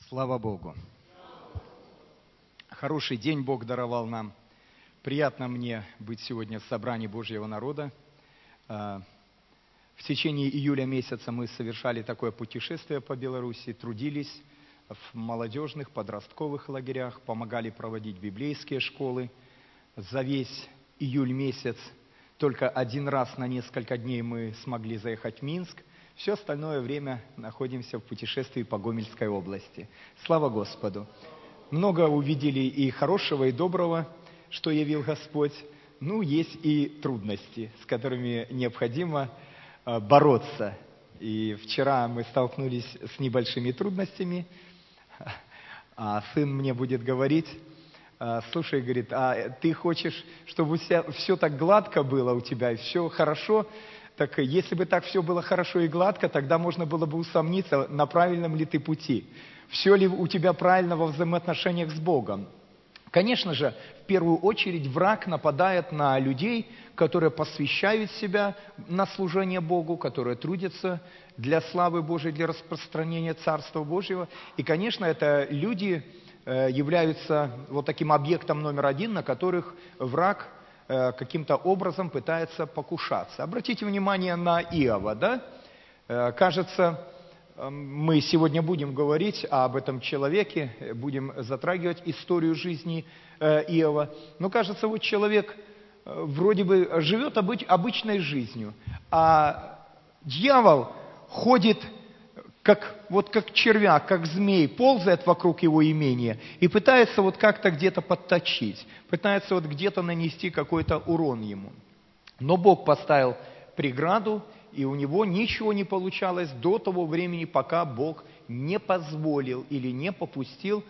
Слава Богу. Хороший день Бог даровал нам. Приятно мне быть сегодня в собрании Божьего народа. В течение июля месяца мы совершали такое путешествие по Беларуси, трудились в молодежных, подростковых лагерях, помогали проводить библейские школы. За весь июль месяц только один раз на несколько дней мы смогли заехать в Минск. Все остальное время находимся в путешествии по Гомельской области. Слава Господу! Много увидели и хорошего, и доброго, что явил Господь. Ну, есть и трудности, с которыми необходимо бороться. И вчера мы столкнулись с небольшими трудностями, а сын мне будет говорить: слушай, говорит, а ты хочешь, чтобы все так гладко было у тебя, и все хорошо? Так если бы так все было хорошо и гладко, тогда можно было бы усомниться, на правильном ли ты пути. Все ли у тебя правильно во взаимоотношениях с Богом? Конечно же, в первую очередь враг нападает на людей, которые посвящают себя на служение Богу, которые трудятся для славы Божией, для распространения Царства Божьего. И, конечно, это люди являются вот таким объектом номер один, на которых враг каким-то образом пытается покушаться. Обратите внимание на Иова, да? Кажется, мы сегодня будем говорить об этом человеке, будем затрагивать историю жизни Иова. Но кажется, вот человек вроде бы живет обычной жизнью, а дьявол ходит как червяк, как змей, ползает вокруг его имения и пытается вот как-то где-то подточить, пытается вот где-то нанести какой-то урон ему. Но Бог поставил преграду, и у него ничего не получалось до того времени, пока Бог не позволил или не попустил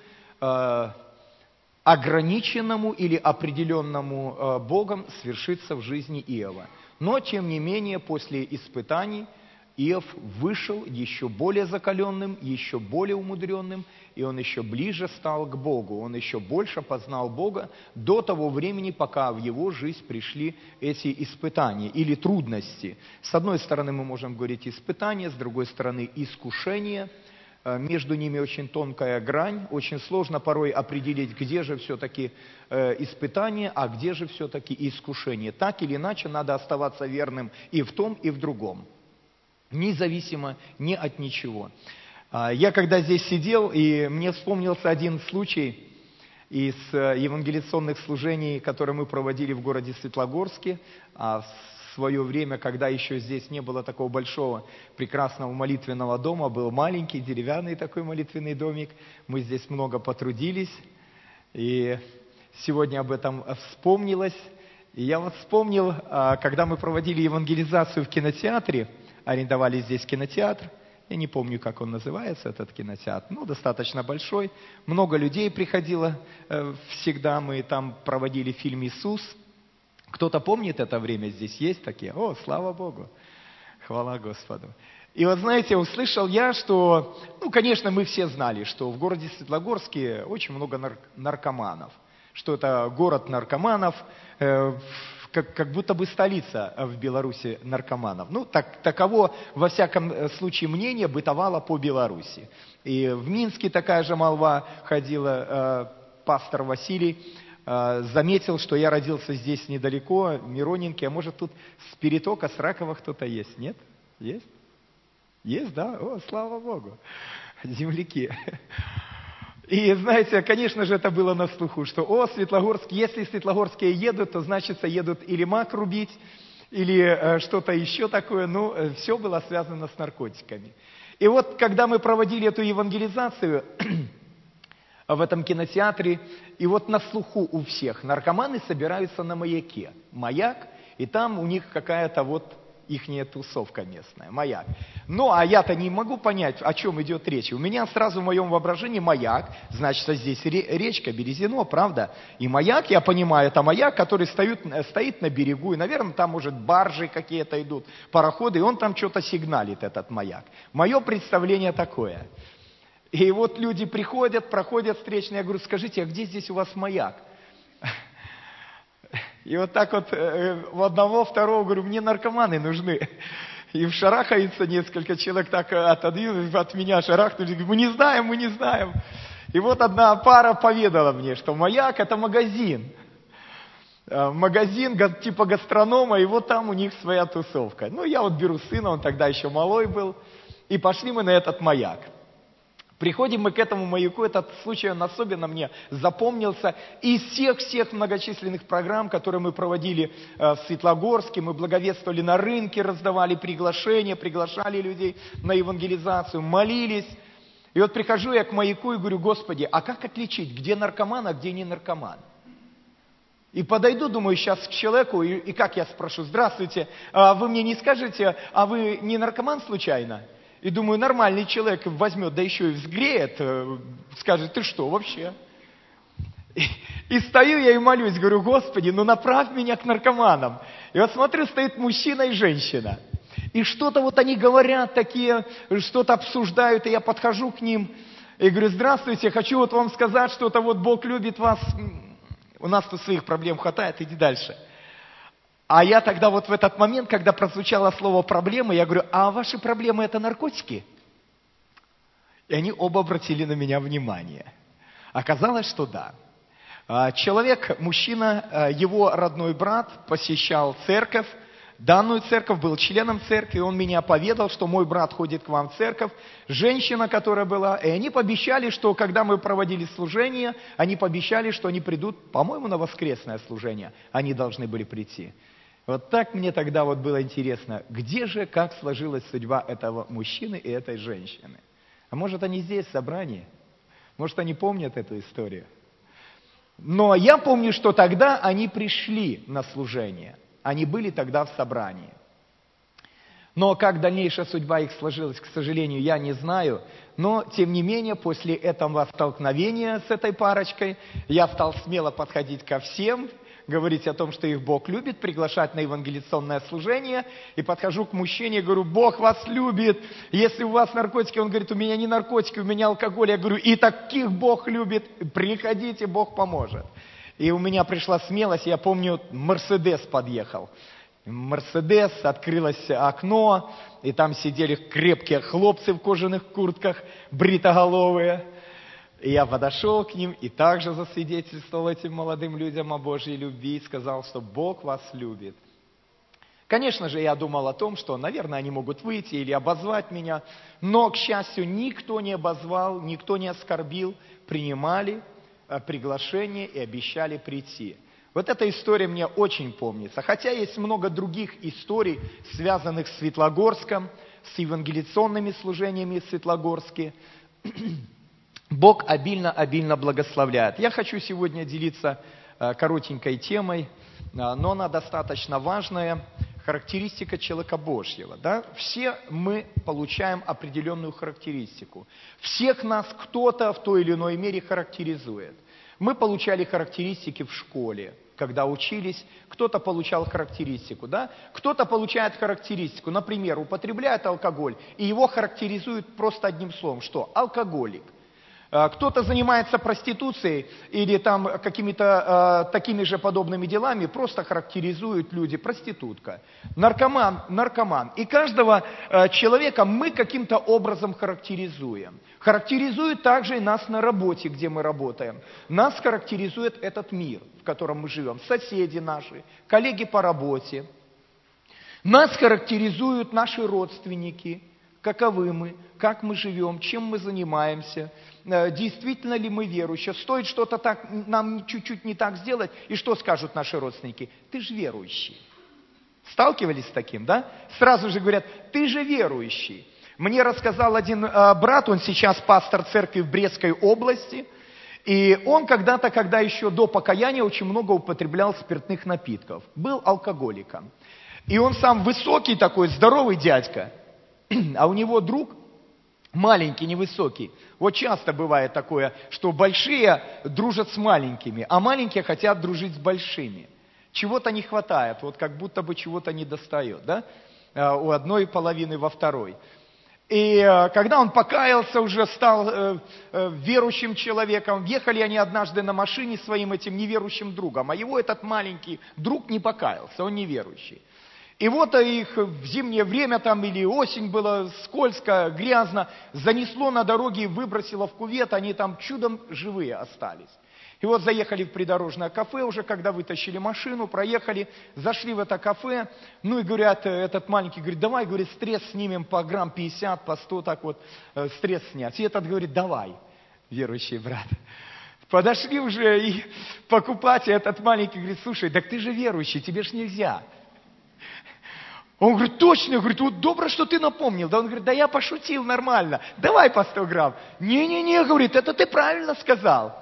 ограниченному или определенному Богом свершиться в жизни Иова. Но, тем не менее, после испытаний Иов вышел еще более закаленным, еще более умудренным, и он еще ближе стал к Богу, он еще больше познал Бога до того времени, пока в его жизнь пришли эти испытания или трудности. С одной стороны мы можем говорить испытания, с другой стороны искушения. Между ними очень тонкая грань, очень сложно порой определить, где же все-таки испытание, а где же все-таки искушение. Так или иначе надо оставаться верным и в том, и в другом. Независимо ни от ничего. Я когда здесь сидел, и мне вспомнился один случай из евангелизационных служений, которые мы проводили в городе Светлогорске, в свое время, когда еще здесь не было такого большого, прекрасного молитвенного дома, был маленький, деревянный такой молитвенный домик. Мы здесь много потрудились, и сегодня об этом вспомнилось. И я вот вспомнил, когда мы проводили евангелизацию в кинотеатре, арендовали здесь кинотеатр. Я не помню, как он называется, этот кинотеатр. Ну, достаточно большой. Много людей приходило всегда. Мы там проводили фильм «Иисус». Кто-то помнит это время? Здесь есть такие? О, слава Богу! Хвала Господу! И вот, знаете, услышал я, что... Ну, конечно, мы все знали, что в городе Светлогорске очень много наркоманов. Что это город наркоманов, как будто бы столица в Беларуси наркоманов. Ну, таково, во всяком случае, мнение бытовало по Беларуси. И в Минске такая же молва ходила. Пастор Василий заметил, что я родился здесь недалеко, Миронинки. А может, тут с Перетока, с Ракова кто-то есть? Нет? Есть? Есть, да? О, слава Богу! Земляки! И, знаете, конечно же, это было на слуху, что, Светлогорск, если светлогорские едут, то, значит, едут или мак рубить, или что-то еще такое, все было связано с наркотиками. И вот, когда мы проводили эту евангелизацию в этом кинотеатре, и вот на слуху у всех наркоманы собираются на маяке. Маяк, и там у них какая-то вот ихняя тусовка местная, маяк. Ну, а я-то не могу понять, о чем идет речь. У меня сразу в моем воображении маяк, значит, здесь речка Березино, правда? И маяк, я понимаю, это маяк, который стоит на берегу, и, наверное, там, может, баржи какие-то идут, пароходы, и он там что-то сигналит, этот маяк. Мое представление такое. И вот люди приходят, проходят встречные, я говорю, скажите, а где здесь у вас маяк? И вот так вот в одного, второго, говорю, мне наркоманы нужны. И шарахается несколько человек, так отодвинулись от меня, шарахнулись, говорят, мы не знаем. И вот одна пара поведала мне, что «Маяк» — это магазин. Магазин типа гастронома, и вот там у них своя тусовка. Ну, я вот беру сына, он тогда еще малой был, и пошли мы на этот «Маяк». Приходим мы к этому «Маяку», этот случай, он особенно мне запомнился. Из всех многочисленных программ, которые мы проводили в Светлогорске, мы благовествовали на рынке, раздавали приглашения, приглашали людей на евангелизацию, молились. И вот прихожу я к «Маяку» и говорю: Господи, а как отличить, где наркоман, а где не наркоман? И подойду, думаю, сейчас к человеку, и как я спрошу: здравствуйте, вы мне не скажете, а вы не наркоман случайно? И думаю, нормальный человек возьмет, да еще и взгреет, скажет: ты что вообще? И стою я и молюсь, говорю: Господи, ну направь меня к наркоманам. И вот смотрю, стоит мужчина и женщина. И что-то вот они говорят такие, что-то обсуждают, и я подхожу к ним и говорю: здравствуйте, хочу вот вам сказать что-то, вот Бог любит вас, у нас тут своих проблем хватает, иди дальше. А я тогда вот в этот момент, когда прозвучало слово «проблемы», я говорю: а ваши проблемы — это наркотики? И они оба обратили на меня внимание. Оказалось, что да. Человек, мужчина, его родной брат посещал церковь, данную церковь, был членом церкви, он меня поведал, что мой брат ходит к вам в церковь, женщина, которая была, и они пообещали, что когда мы проводили служение, они пообещали, что они придут, по-моему, на воскресное служение, они должны были прийти. Вот так мне тогда вот было интересно, где же, как сложилась судьба этого мужчины и этой женщины. А может, они здесь в собрании? Может, они помнят эту историю? Но я помню, что тогда они пришли на служение. Они были тогда в собрании. Но как дальнейшая судьба их сложилась, к сожалению, я не знаю. Но, тем не менее, после этого столкновения с этой парочкой, я стал смело подходить ко всем, говорить о том, что их Бог любит, приглашать на евангелизационное служение. И подхожу к мужчине и говорю: Бог вас любит. Если у вас наркотики, он говорит: у меня не наркотики, у меня алкоголь. Я говорю: и таких Бог любит, приходите, Бог поможет. И у меня пришла смелость, я помню, Мерседес подъехал. Мерседес, открылось окно, и там сидели крепкие хлопцы в кожаных куртках, бритоголовые. И я подошел к ним и также засвидетельствовал этим молодым людям о Божьей любви, и сказал, что Бог вас любит. Конечно же, я думал о том, что, наверное, они могут выйти или обозвать меня, но, к счастью, никто не обозвал, никто не оскорбил, принимали приглашение и обещали прийти. Вот эта история мне очень помнится. Хотя есть много других историй, связанных с Светлогорском, с евангелизационными служениями в Светлогорске. Бог обильно благословляет. Я хочу сегодня делиться коротенькой темой, но она достаточно важная. Характеристика человека Божьего. Да? Все мы получаем определенную характеристику. Всех нас кто-то в той или иной мере характеризует. Мы получали характеристики в школе, когда учились. Кто-то получал характеристику. Да? Кто-то получает характеристику. Например, употребляет алкоголь, и его характеризуют просто одним словом. Что? Алкоголик. Кто-то занимается проституцией или там какими-то такими же подобными делами, просто характеризуют люди: проститутка, наркоман. И каждого человека мы каким-то образом характеризуем. Характеризует также и нас на работе, где мы работаем. Нас характеризует этот мир, в котором мы живем, соседи наши, коллеги по работе. Нас характеризуют наши родственники. Каковы мы, как мы живем, чем мы занимаемся, действительно ли мы верующие, стоит что-то так, нам чуть-чуть не так сделать, и что скажут наши родственники? Ты же верующий. Сталкивались с таким, да? Сразу же говорят: ты же верующий. Мне рассказал один брат, он сейчас пастор церкви в Брестской области, и он когда-то, когда еще до покаяния, очень много употреблял спиртных напитков, был алкоголиком. И он сам высокий такой, здоровый дядька, а у него друг маленький, невысокий. Вот часто бывает такое, что большие дружат с маленькими, а маленькие хотят дружить с большими. Чего-то не хватает, вот как будто бы чего-то не достает, да? У одной половины во второй. И когда он покаялся, уже стал верующим человеком, ехали они однажды на машине своим этим неверующим другом, а его этот маленький друг не покаялся, он неверующий. И вот их в зимнее время там или осень было скользко, грязно, занесло на дороге и выбросило в кювет, они там чудом живые остались. И вот заехали в придорожное кафе уже, когда вытащили машину, проехали, зашли в это кафе, ну и говорят, этот маленький говорит, давай, говорит, стресс снимем по грамм 50, по 100, так вот, стресс снять. И этот говорит, давай, верующий брат. Подошли уже и покупать, и этот маленький говорит, слушай, так ты же верующий, тебе ж нельзя. Он говорит, точно, говорит, вот добро, что ты напомнил. Да он говорит, да я пошутил нормально, давай по 100 грамм. Не-не-не, говорит, это ты правильно сказал.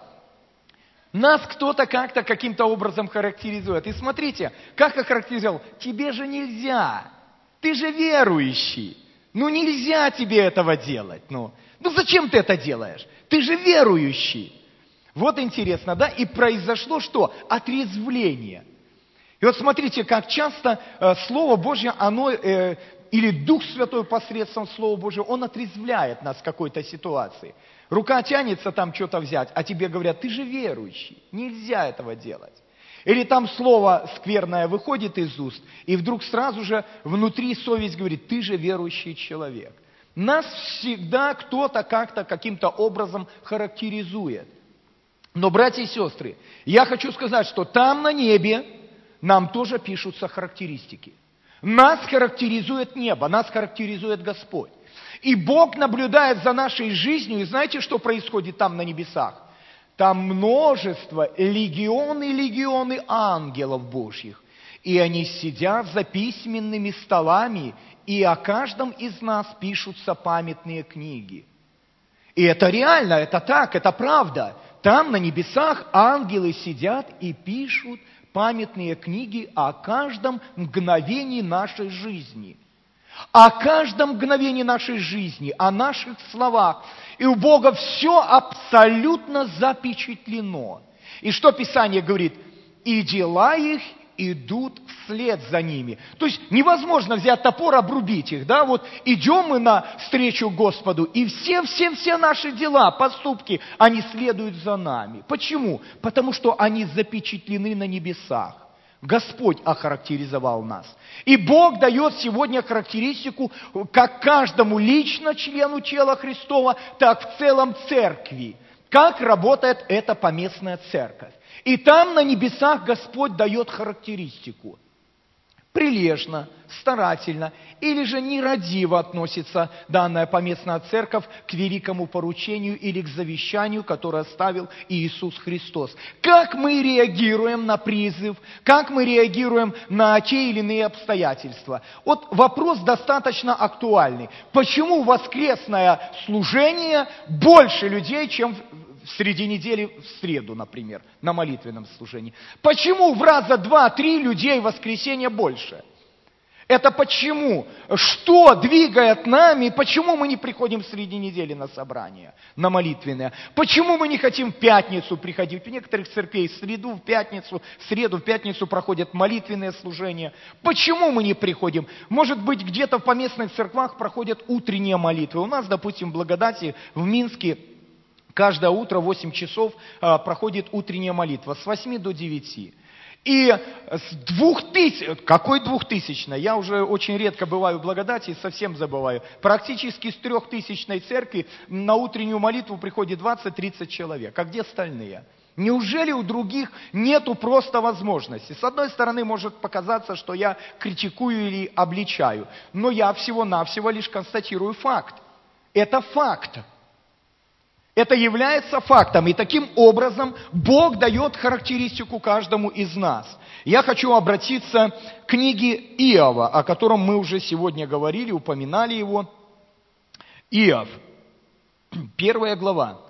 Нас кто-то как-то каким-то образом характеризует. И смотрите, как охарактеризовал, тебе же нельзя, ты же верующий. Ну нельзя тебе этого делать. Ну зачем ты это делаешь? Ты же верующий. Вот интересно, да? И произошло что? Отрезвление. И вот смотрите, как часто Слово Божье, оно, или Дух Святой посредством Слова Божьего, он отрезвляет нас в какой-то ситуации. Рука тянется там что-то взять, а тебе говорят, ты же верующий, нельзя этого делать. Или там слово скверное выходит из уст, и вдруг сразу же внутри совесть говорит, ты же верующий человек. Нас всегда кто-то как-то каким-то образом характеризует. Но, братья и сестры, я хочу сказать, что там на небе нам тоже пишутся характеристики. Нас характеризует небо, нас характеризует Господь. И Бог наблюдает за нашей жизнью, и знаете, что происходит там на небесах? Там множество, легионы ангелов Божьих. И они сидят за письменными столами, и о каждом из нас пишутся памятные книги. И это реально, это так, это правда. Там на небесах ангелы сидят и пишут памятные книги о каждом мгновении нашей жизни. О каждом мгновении нашей жизни, о наших словах. И у Бога все абсолютно запечатлено. И что Писание говорит? И дела их идут вслед за ними. То есть невозможно взять топор, обрубить их. Да? Вот идем мы навстречу Господу, и все наши дела, поступки, они следуют за нами. Почему? Потому что они запечатлены на небесах. Господь охарактеризовал нас. И Бог дает сегодня характеристику как каждому лично члену тела Христова, так в целом церкви. Как работает эта поместная церковь. И там на небесах Господь дает характеристику. Прилежно, старательно или же нерадиво относится данная поместная церковь к великому поручению или к завещанию, которое оставил Иисус Христос. Как мы реагируем на призыв, как мы реагируем на те или иные обстоятельства. Вот вопрос достаточно актуальный. Почему воскресное служение больше людей, чем среди недели в среду, например, на молитвенном служении? Почему в раза 2-3 людей в воскресенье больше? Это почему? Что двигает нами? Почему мы не приходим среди недели на собрание, на молитвенное? Почему мы не хотим в пятницу приходить? В некоторых церквей в среду, в пятницу, в среду, в пятницу проходят молитвенные служения. Почему мы не приходим? Может быть, где-то в поместных церквах проходят утренние молитвы. У нас, допустим, в Благодати, в Минске, каждое утро в 8 часов проходит утренняя молитва с 8 до 9. И с 2000, какой 2000? Я уже очень редко бываю в Благодати и совсем забываю. Практически с 3000 церкви на утреннюю молитву приходит 20-30 человек. А где остальные? Неужели у других нету просто возможности? С одной стороны, может показаться, что я критикую или обличаю. Но я всего-навсего лишь констатирую факт. Это факт. Это является фактом, и таким образом Бог дает характеристику каждому из нас. Я хочу обратиться к книге Иова, о котором мы уже сегодня говорили, упоминали его. Иов, 1 глава.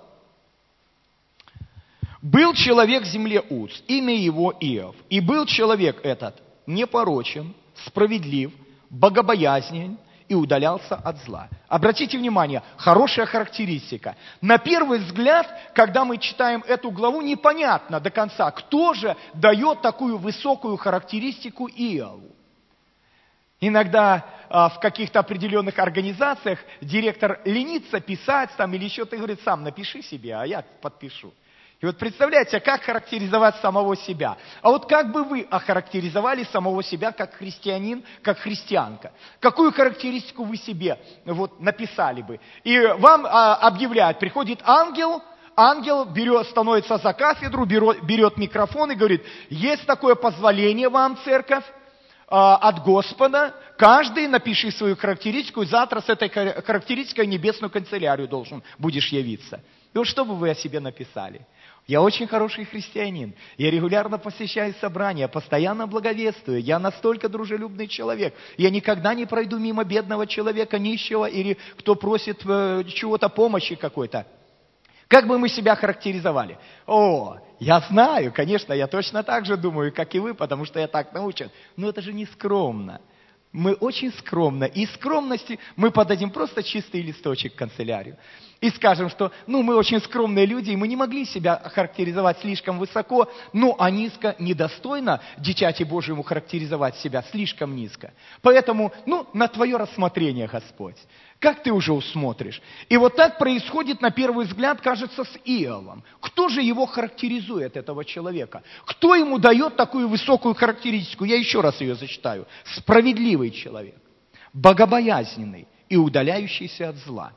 «Был человек в земле Уц, имя его Иов, и был человек этот непорочен, справедлив, богобоязнен, и удалялся от зла». Обратите внимание, хорошая характеристика. На первый взгляд, когда мы читаем эту главу, непонятно до конца, кто же дает такую высокую характеристику Иову. Иногда в каких-то определенных организациях директор ленится писать там или что-то, и говорит, сам напиши себе, а я подпишу. И вот представляете, как характеризовать самого себя? А вот как бы вы охарактеризовали самого себя как христианин, как христианка? Какую характеристику вы себе вот написали бы? И вам объявляют, приходит ангел становится за кафедру, берет микрофон и говорит, есть такое позволение вам, церковь, от Господа, каждый напиши свою характеристику, и завтра с этой характеристикой в небесную канцелярию должен будешь явиться. И вот что бы вы о себе написали? Я очень хороший христианин, я регулярно посещаю собрания, постоянно благовествую, я настолько дружелюбный человек, я никогда не пройду мимо бедного человека, нищего, или кто просит чего-то помощи какой-то. Как бы мы себя характеризовали? О, я знаю, конечно, я точно так же думаю, как и вы, потому что я так научен. Но это же не скромно. Мы очень скромно. И из скромности мы подадим просто чистый листочек в канцелярию. И скажем, что мы очень скромные люди, и мы не могли себя характеризовать слишком высоко, а низко недостойно дитяти Божьему характеризовать себя слишком низко. Поэтому, на твое рассмотрение, Господь. Как ты уже усмотришь? И вот так происходит, на первый взгляд, кажется, с Иовом. Кто же его характеризует, этого человека? Кто ему дает такую высокую характеристику? Я еще раз ее зачитаю. Справедливый человек, богобоязненный и удаляющийся от зла.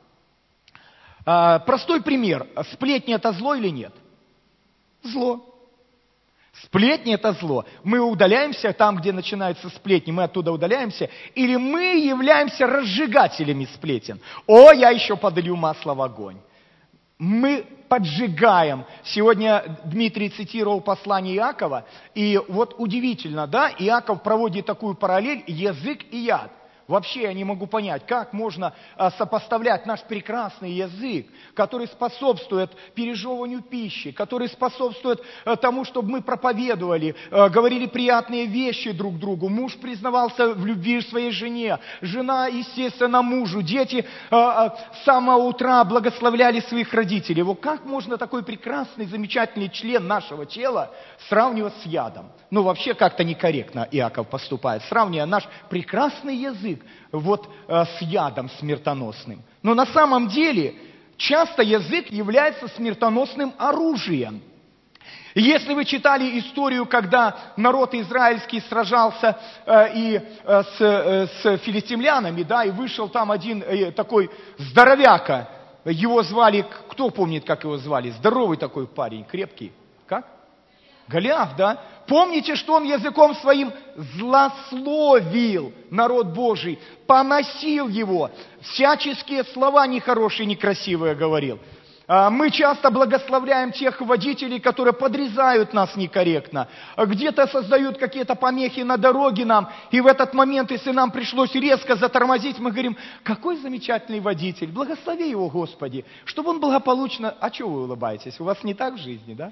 Простой пример. Сплетни – это зло или нет? Зло. Сплетни – это зло. Мы удаляемся там, где начинаются сплетни, мы оттуда удаляемся, или мы являемся разжигателями сплетен. Я еще подолью масло в огонь. Мы поджигаем. Сегодня Дмитрий цитировал послание Иакова, и вот удивительно, да, Иаков проводит такую параллель язык и яд. Вообще я не могу понять, как можно сопоставлять наш прекрасный язык, который способствует пережевыванию пищи, который способствует тому, чтобы мы проповедовали, говорили приятные вещи друг другу. Муж признавался в любви своей жене, жена, естественно, мужу, дети с самого утра благословляли своих родителей. Вот как можно такой прекрасный, замечательный член нашего тела сравнивать с ядом? Вообще как-то некорректно Иаков поступает, сравнивая наш прекрасный язык с ядом смертоносным. Но на самом деле часто язык является смертоносным оружием. Если вы читали историю, когда народ израильский сражался с филистимлянами, и вышел там один такой здоровяка, его звали, кто помнит, как его звали? Здоровый такой парень, крепкий. Как? Голиаф, да? Помните, что он языком своим злословил народ Божий, поносил его, всяческие слова нехорошие, некрасивые говорил. Мы часто благословляем тех водителей, которые подрезают нас некорректно, где-то создают какие-то помехи на дороге нам, и в этот момент, если нам пришлось резко затормозить, мы говорим, какой замечательный водитель, благослови его, Господи, чтобы он благополучно... А чего вы улыбаетесь? У вас не так в жизни, да?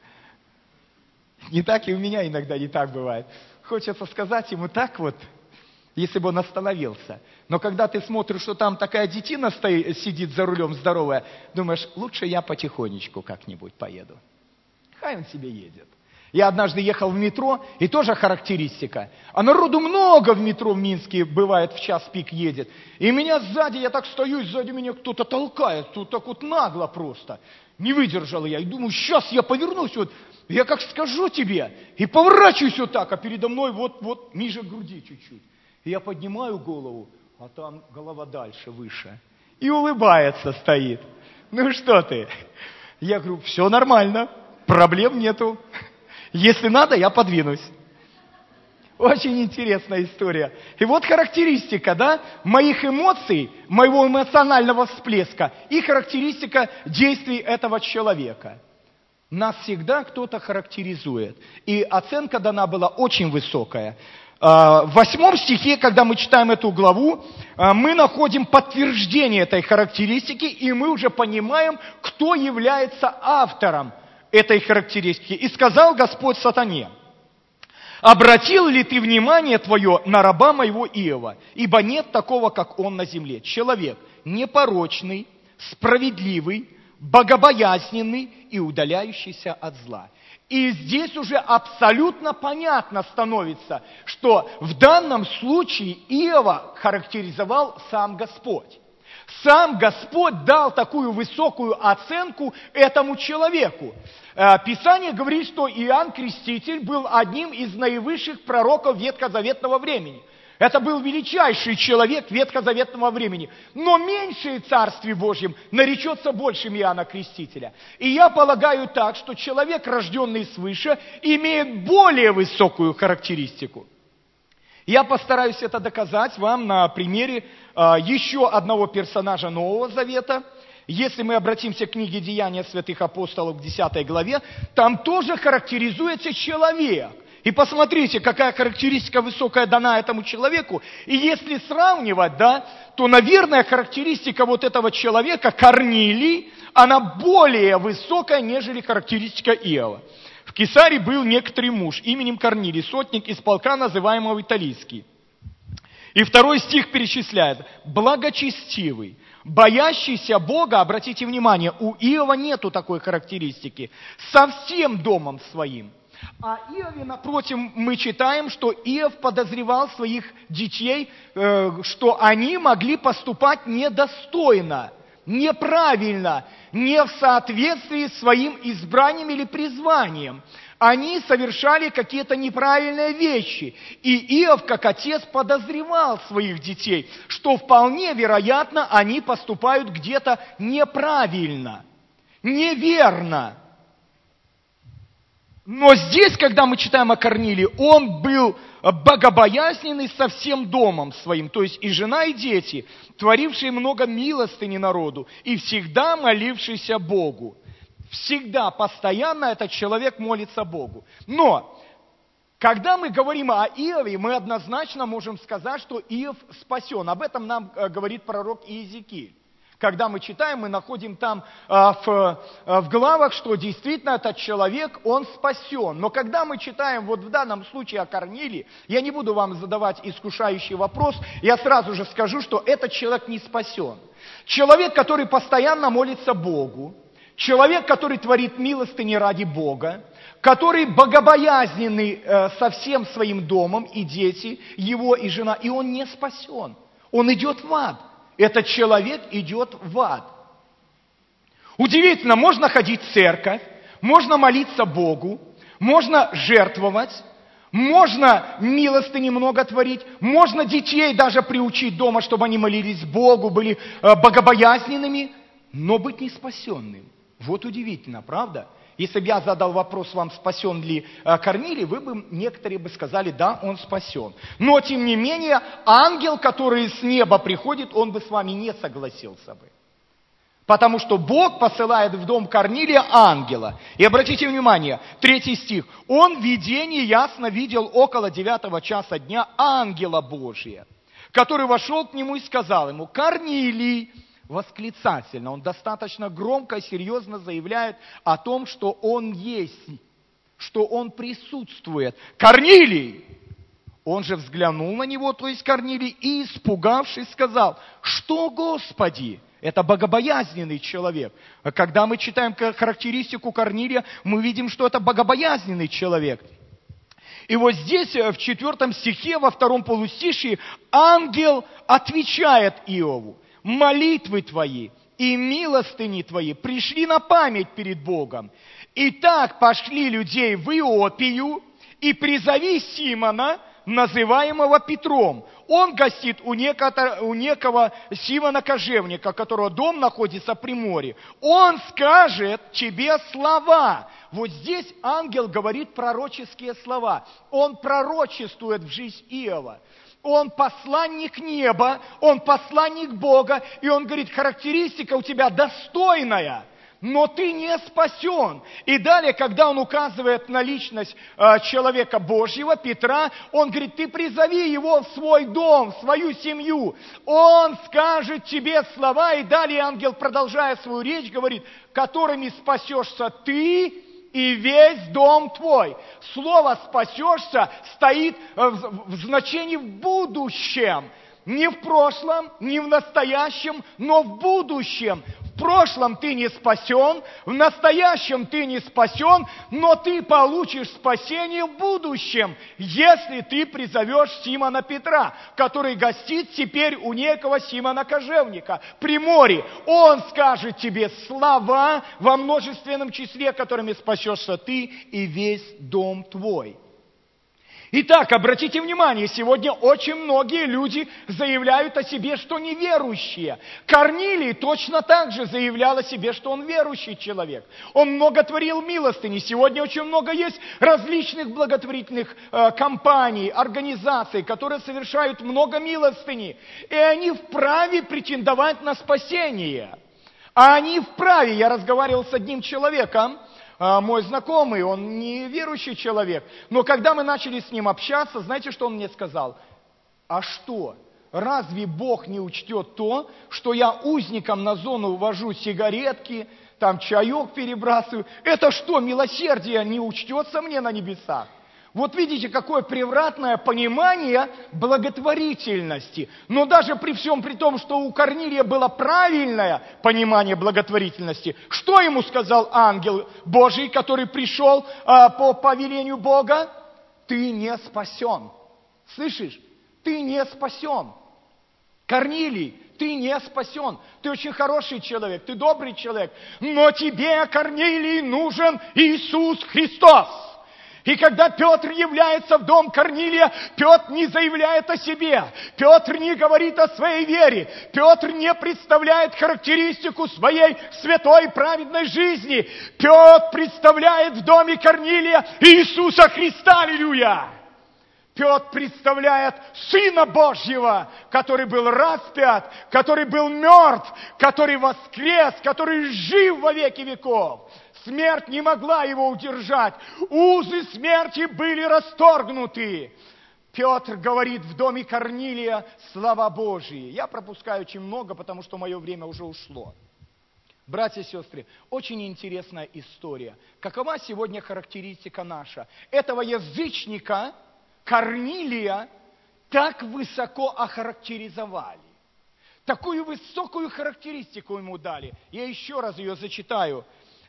Не так, и у меня иногда не так бывает. Хочется сказать ему так вот, если бы он остановился. Но когда ты смотришь, что там такая детина сидит за рулем здоровая, думаешь, лучше я потихонечку как-нибудь поеду. Хай он себе едет. Я однажды ехал в метро, и тоже характеристика. А народу много в метро в Минске, бывает, в час пик едет. И меня сзади, я так стою, и сзади меня кто-то толкает, тут так вот нагло просто. Не выдержал я, и думаю, сейчас я повернусь, я как скажу тебе, и поворачиваюсь вот так, а передо мной вот ниже груди чуть-чуть. И я поднимаю голову, а там голова дальше, выше. И улыбается стоит. Ну что ты? Я говорю, все нормально, проблем нету. Если надо, я подвинусь. Очень интересная история. И вот характеристика, моих эмоций, моего эмоционального всплеска и характеристика действий этого человека. Нас всегда кто-то характеризует. И оценка дана была очень высокая. В 8 стихе, когда мы читаем эту главу, мы находим подтверждение этой характеристики, и мы уже понимаем, кто является автором этой характеристики. «И сказал Господь сатане, обратил ли ты внимание твое на раба моего Иова? Ибо нет такого, как он на земле». Человек непорочный, справедливый, богобоязненный и удаляющийся от зла. И здесь уже абсолютно понятно становится, что в данном случае Иова характеризовал сам Господь. Сам Господь дал такую высокую оценку этому человеку. Писание говорит, что Иоанн Креститель был одним из наивысших пророков ветхозаветного времени. Это был величайший человек ветхозаветного времени. Но меньшее в Царстве Божьем наречется большим Иоанна Крестителя. И я полагаю так, что человек, рожденный свыше, имеет более высокую характеристику. Я постараюсь это доказать вам на примере еще одного персонажа Нового Завета. Если мы обратимся к книге «Деяния святых апостолов» в 10 главе, там тоже характеризуется человек. И посмотрите, какая характеристика высокая дана этому человеку. И если сравнивать, то, наверное, характеристика вот этого человека, Корнилий, она более высокая, нежели характеристика Иова. В Кесарии был некоторый муж именем Корнилий, сотник из полка, называемого Италийский. И 2 стих перечисляет: благочестивый, боящийся Бога. Обратите внимание, у Иова нету такой характеристики. Со всем домом своим. А Иове, напротив, мы читаем, что Иов подозревал своих детей, что они могли поступать недостойно, неправильно, не в соответствии с своим избранием или призванием. Они совершали какие-то неправильные вещи. И Иов, как отец, подозревал своих детей, что вполне вероятно, они поступают где-то неправильно, неверно. Но здесь, когда мы читаем о Корнилии, он был богобоязненный со всем домом своим, то есть и жена, и дети, творившие много милостыни народу, и всегда молившийся Богу. Всегда, постоянно этот человек молится Богу. Но, когда мы говорим о Иове, мы однозначно можем сказать, что Иов спасен. Об этом нам говорит пророк Иезекииль. Когда мы читаем, мы находим там в главах, что действительно этот человек, он спасен. Но когда мы читаем вот в данном случае о Корнилии, я не буду вам задавать искушающий вопрос, я сразу же скажу, что этот человек не спасен. Человек, который постоянно молится Богу, человек, который творит милостыни ради Бога, который богобоязненный со всем своим домом, и дети его, и жена, и он не спасен. Он идет в ад. Этот человек идет в ад. Удивительно, можно ходить в церковь, можно молиться Богу, можно жертвовать, можно милостыни много творить, можно детей даже приучить дома, чтобы они молились Богу, были богобоязненными, но быть не спасенным. Вот удивительно, правда? Если бы я задал вопрос вам, спасен ли Корнилий, некоторые бы сказали, да, он спасен. Но, тем не менее, ангел, который с неба приходит, он бы с вами не согласился бы. Потому что Бог посылает в дом Корнилия ангела. И обратите внимание, 3 стих. Он в видении ясно видел около 9 часа дня ангела Божия, который вошел к нему и сказал ему: Корнилий. Восклицательно. Он достаточно громко и серьезно заявляет о том, что он есть, что он присутствует. Корнилий! Он же взглянул на него, то есть Корнилий, и, испугавшись, сказал: что, Господи? Это богобоязненный человек. Когда мы читаем характеристику Корнилия, мы видим, что это богобоязненный человек. И вот здесь, в 4 стихе, во 2 полустишии, ангел отвечает Иову: молитвы твои и милостыни твои пришли на память перед Богом. Итак, пошли людей в Иопию и призови Симона, называемого Петром. Он гостит у некого Симона Кожевника, которого дом находится при море. Он скажет тебе слова. Вот здесь ангел говорит пророческие слова. Он пророчествует в жизнь Иова. Он посланник неба, он посланник Бога, и он говорит: характеристика у тебя достойная, но ты не спасен. И далее, когда он указывает на личность человека Божьего, Петра, он говорит: ты призови его в свой дом, в свою семью. Он скажет тебе слова, и далее ангел, продолжая свою речь, говорит: которыми спасешься ты и весь дом твой. Слово «спасешься» стоит в значении в будущем. Не в прошлом, не в настоящем, но в будущем. В прошлом ты не спасен, в настоящем ты не спасен, но ты получишь спасение в будущем, если ты призовешь Симона Петра, который гостит теперь у некого Симона Кожевника при море. Он скажет тебе слова во множественном числе, которыми спасешься ты и весь дом твой. Итак, обратите внимание, сегодня очень многие люди заявляют о себе, что неверующие. Корнилий точно так же заявлял о себе, что он верующий человек. Он много творил милостыни. Сегодня очень много есть различных благотворительных компаний, организаций, которые совершают много милостыни. И они вправе претендовать на спасение. А они вправе. Я разговаривал с одним человеком, мой знакомый, он не верующий человек. Но когда мы начали с ним общаться, знаете, что он мне сказал? А что? Разве Бог не учтет то, что я узникам на зону ввожу сигаретки, там чаек перебрасываю? Это что, милосердие не учтется мне на небесах? Вот видите, какое превратное понимание благотворительности. Но даже при всем при том, что у Корнилия было правильное понимание благотворительности, что ему сказал ангел Божий, который пришел по повелению Бога? Ты не спасен. Слышишь? Ты не спасен. Корнилий, ты не спасен. Ты очень хороший человек, ты добрый человек. Но тебе, Корнилий, нужен Иисус Христос. И когда Петр является в дом Корнилия, Петр не заявляет о себе, Петр не говорит о своей вере, Петр не представляет характеристику своей святой и праведной жизни. Петр представляет в доме Корнилия Иисуса Христа, аллилуйя! Петр представляет Сына Божьего, который был распят, который был мертв, который воскрес, который жив во веки веков. Смерть не могла его удержать. Узы смерти были расторгнуты. Петр говорит в доме Корнилия слова Божьи. Я пропускаю очень много, потому что мое время уже ушло. Братья и сестры, очень интересная история. Какова сегодня характеристика наша? Этого язычника Корнилия так высоко охарактеризовали. Такую высокую характеристику ему дали. Я еще раз ее зачитаю.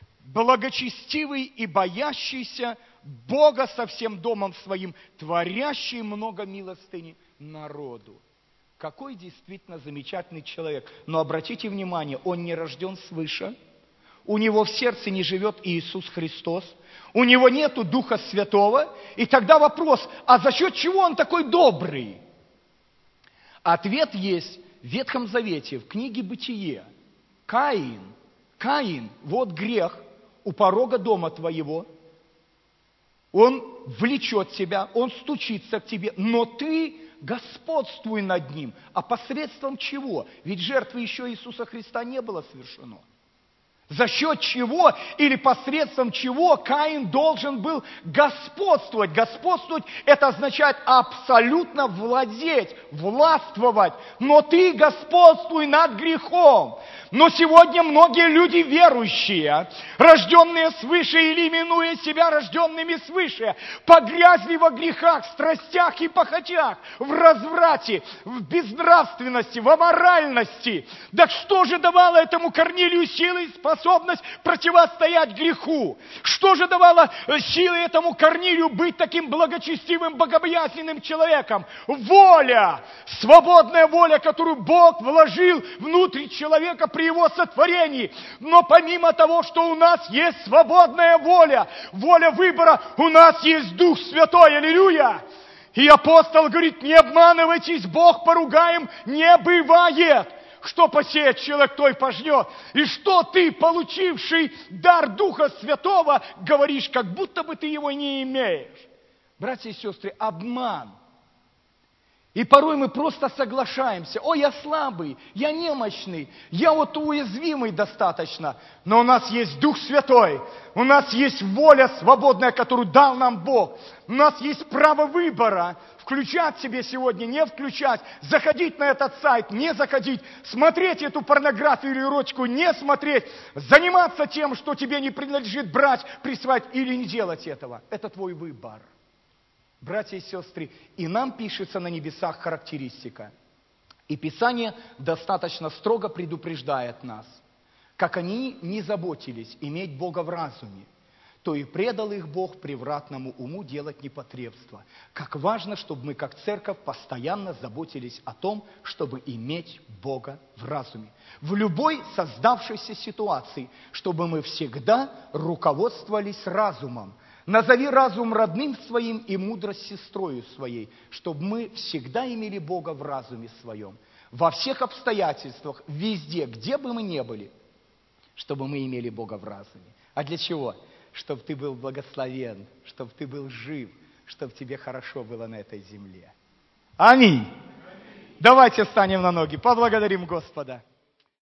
Благочестивый и боящийся Бога со всем домом своим, творящий много милостыни народу. Какой действительно замечательный человек. Но обратите внимание, он не рожден свыше, у него в сердце не живет Иисус Христос, у него нету Духа Святого. И тогда вопрос, а за счет чего он такой добрый? Ответ есть в Ветхом Завете, в книге Бытие. Каин, вот грех у порога дома твоего. Он влечет тебя, он стучится к тебе, но ты господствуй над ним. А посредством чего? Ведь жертвы еще Иисуса Христа не было совершено. За счет чего или посредством чего Каин должен был господствовать? Господствовать – это означает абсолютно владеть, властвовать. Но ты господствуй над грехом. Но сегодня многие люди верующие, рожденные свыше или именуя себя рожденными свыше, погрязли во грехах, страстях и похотях, в разврате, в безнравственности, в аморальности. Так что же давало этому Корнилию силы и способность противостоять греху? Что же давало силы этому Корнилию быть таким благочестивым, богобоязненным человеком? Воля, свободная воля, которую Бог вложил внутрь человека при его сотворении. Но помимо того, что у нас есть свободная воля, воля выбора, у нас есть Дух Святой, аллилуйя! И апостол говорит, не обманывайтесь, Бог поругаем не бывает. Что посеет человек, то и пожнет. И что ты, получивший дар Духа Святого, говоришь, как будто бы ты его не имеешь. Братья и сестры, обман. И порой мы просто соглашаемся. О, я слабый, я немощный, я вот уязвимый достаточно. Но у нас есть Дух Святой, у нас есть воля свободная, которую дал нам Бог. У нас есть право выбора, включать себе сегодня, не включать, заходить на этот сайт, не заходить, смотреть эту порнографию или эротику, не смотреть, заниматься тем, что тебе не принадлежит, брать, присваивать или не делать этого. Это твой выбор. Братья и сестры, и нам пишется на небесах характеристика. И Писание достаточно строго предупреждает нас, как они не заботились иметь Бога в разуме, то и предал их Бог превратному уму делать непотребство. Как важно, чтобы мы, как церковь, постоянно заботились о том, чтобы иметь Бога в разуме. В любой создавшейся ситуации, чтобы мы всегда руководствовались разумом. Назови разум родным своим и мудрость сестрою своей, чтобы мы всегда имели Бога в разуме своем. Во всех обстоятельствах, везде, где бы мы ни были, чтобы мы имели Бога в разуме. А для чего? Чтобы ты был благословен, чтобы ты был жив, чтобы тебе хорошо было на этой земле. Аминь. Давайте встанем на ноги, поблагодарим Господа.